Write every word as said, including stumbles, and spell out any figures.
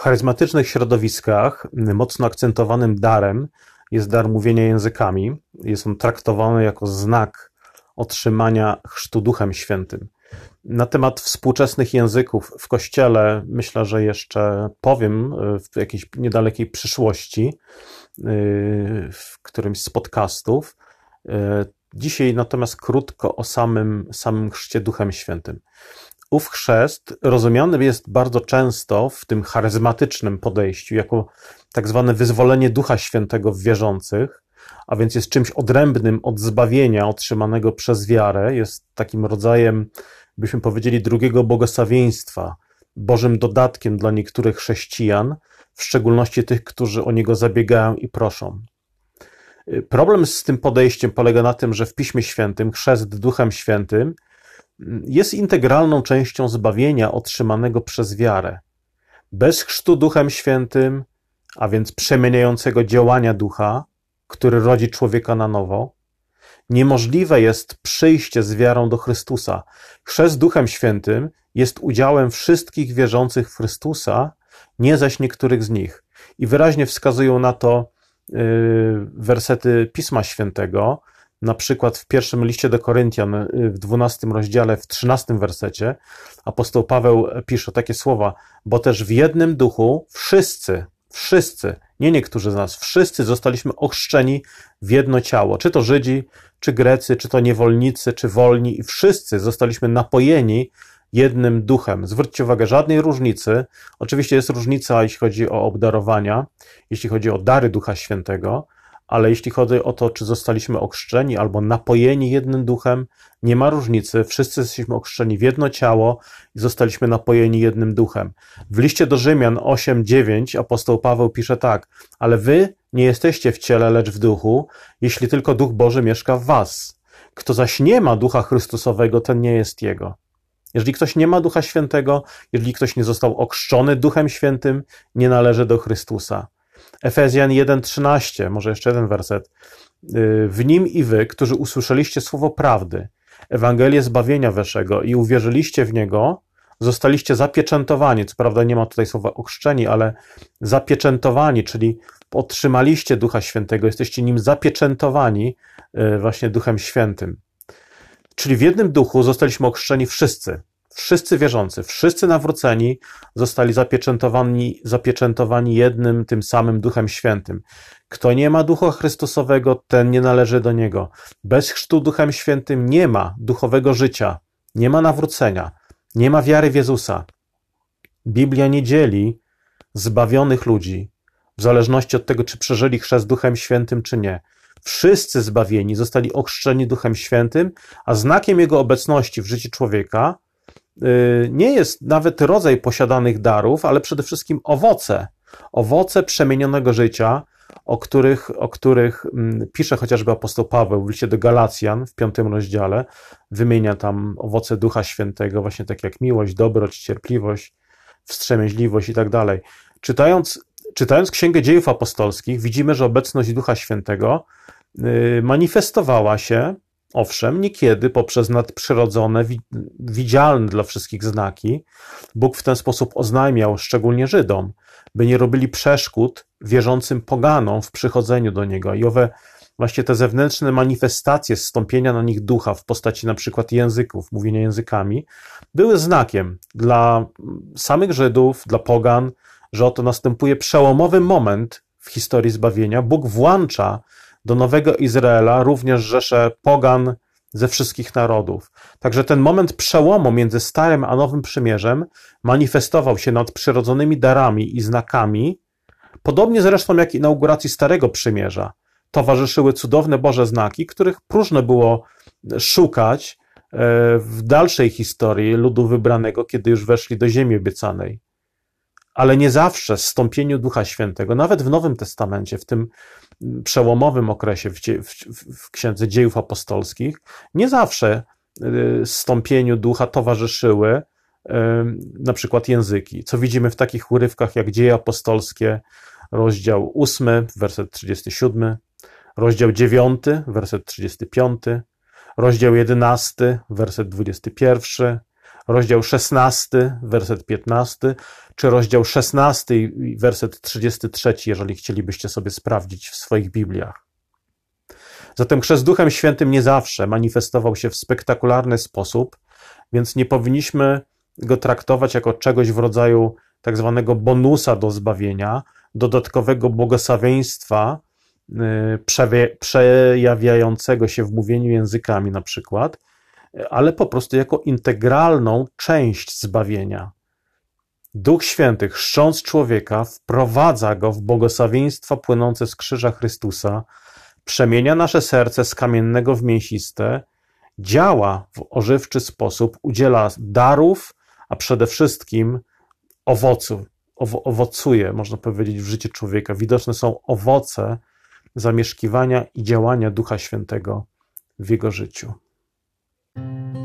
charyzmatycznych środowiskach mocno akcentowanym darem jest dar mówienia językami. Jest on traktowany jako znak otrzymania chrztu Duchem Świętym. Na temat współczesnych języków w Kościele myślę, że jeszcze powiem w jakiejś niedalekiej przyszłości w którymś z podcastów. Dzisiaj natomiast krótko o samym, samym chrzcie Duchem Świętym. Ów chrzest rozumiany jest bardzo często w tym charyzmatycznym podejściu jako tak zwane wyzwolenie Ducha Świętego w wierzących, a więc jest czymś odrębnym od zbawienia otrzymanego przez wiarę, jest takim rodzajem, byśmy powiedzieli, drugiego błogosławieństwa, Bożym dodatkiem dla niektórych chrześcijan, w szczególności tych, którzy o niego zabiegają i proszą. Problem z tym podejściem polega na tym, że w Piśmie Świętym chrzest Duchem Świętym jest integralną częścią zbawienia otrzymanego przez wiarę. Bez chrztu Duchem Świętym, a więc przemieniającego działania Ducha, który rodzi człowieka na nowo, niemożliwe jest przyjście z wiarą do Chrystusa. Chrzest Duchem Świętym jest udziałem wszystkich wierzących w Chrystusa, nie zaś niektórych z nich. I wyraźnie wskazują na to yy, wersety Pisma Świętego, na przykład w pierwszym liście do Koryntian, w dwunastym rozdziale, w trzynastym wersecie, apostoł Paweł pisze takie słowa: bo też w jednym duchu wszyscy, wszyscy, nie niektórzy z nas, wszyscy zostaliśmy ochrzczeni w jedno ciało, czy to Żydzi, czy Grecy, czy to niewolnicy, czy wolni, i wszyscy zostaliśmy napojeni jednym duchem. Zwróćcie uwagę, żadnej różnicy. Oczywiście jest różnica, jeśli chodzi o obdarowania, jeśli chodzi o dary Ducha Świętego, ale jeśli chodzi o to, czy zostaliśmy ochrzczeni albo napojeni jednym duchem, nie ma różnicy. Wszyscy jesteśmy ochrzczeni w jedno ciało i zostaliśmy napojeni jednym duchem. W liście do Rzymian osiem dziewięć apostoł Paweł pisze tak: ale wy nie jesteście w ciele, lecz w duchu, jeśli tylko Duch Boży mieszka w was. Kto zaś nie ma Ducha Chrystusowego, ten nie jest Jego. Jeżeli ktoś nie ma Ducha Świętego, jeżeli ktoś nie został ochrzczony Duchem Świętym, nie należy do Chrystusa. Efezjan jeden trzynaście, może jeszcze jeden werset. W nim i wy, którzy usłyszeliście słowo prawdy, Ewangelię zbawienia waszego i uwierzyliście w niego, zostaliście zapieczętowani. Co prawda nie ma tutaj słowa ochrzczeni, ale zapieczętowani, czyli otrzymaliście Ducha Świętego, jesteście nim zapieczętowani właśnie Duchem Świętym. Czyli w jednym duchu zostaliśmy ochrzczeni wszyscy. Wszyscy wierzący, wszyscy nawróceni zostali zapieczętowani, zapieczętowani jednym, tym samym Duchem Świętym. Kto nie ma Ducha Chrystusowego, ten nie należy do Niego. Bez chrztu Duchem Świętym nie ma duchowego życia, nie ma nawrócenia, nie ma wiary w Jezusa. Biblia nie dzieli zbawionych ludzi w zależności od tego, czy przeżyli chrzest Duchem Świętym, czy nie. Wszyscy zbawieni zostali ochrzczeni Duchem Świętym, a znakiem Jego obecności w życiu człowieka nie jest nawet rodzaj posiadanych darów, ale przede wszystkim owoce. Owoce przemienionego życia, o których, o których pisze chociażby apostoł Paweł w liście do Galacjan w piątym rozdziale. Wymienia tam owoce Ducha Świętego, właśnie tak jak miłość, dobroć, cierpliwość, wstrzemięźliwość i tak dalej. Czytając, czytając Księgę Dziejów Apostolskich, widzimy, że obecność Ducha Świętego manifestowała się, owszem, niekiedy poprzez nadprzyrodzone, widzialne dla wszystkich znaki. Bóg w ten sposób oznajmiał, szczególnie Żydom, by nie robili przeszkód wierzącym poganom w przychodzeniu do Niego. I owe właśnie te zewnętrzne manifestacje zstąpienia na nich ducha w postaci na przykład języków, mówienia językami, były znakiem dla samych Żydów, dla pogan, że oto następuje przełomowy moment w historii zbawienia. Bóg włącza do nowego Izraela również rzeszę pogan ze wszystkich narodów. Także ten moment przełomu między Starym a Nowym Przymierzem manifestował się nadprzyrodzonymi darami i znakami, podobnie zresztą jak inauguracji Starego Przymierza. Towarzyszyły cudowne Boże znaki, których próżno było szukać w dalszej historii ludu wybranego, kiedy już weszli do ziemi obiecanej. Ale nie zawsze zstąpieniu Ducha Świętego, nawet w Nowym Testamencie, w tym przełomowym okresie w, dzie, w, w Księdze Dziejów Apostolskich, nie zawsze zstąpieniu Ducha towarzyszyły na przykład języki, co widzimy w takich urywkach jak Dzieje Apostolskie, rozdział ósmy, werset trzydziesty siódmy, rozdział dziewiąty, werset trzydziesty piąty, rozdział jedenasty, werset dwudziesty pierwszy, rozdział szesnasty, werset piętnasty, czy rozdział szesnasty, werset trzydziesty trzeci, jeżeli chcielibyście sobie sprawdzić w swoich Bibliach. Zatem chrzest Duchem Świętym nie zawsze manifestował się w spektakularny sposób, więc nie powinniśmy go traktować jako czegoś w rodzaju tak zwanego bonusa do zbawienia, dodatkowego błogosławieństwa przejawiającego się w mówieniu językami na przykład, ale po prostu jako integralną część zbawienia. Duch Święty, chrzcząc człowieka, wprowadza go w błogosławieństwa płynące z krzyża Chrystusa, przemienia nasze serce z kamiennego w mięsiste, działa w ożywczy sposób, udziela darów, a przede wszystkim owoców, owo, owocuje, można powiedzieć, w życiu człowieka. Widoczne są owoce zamieszkiwania i działania Ducha Świętego w jego życiu.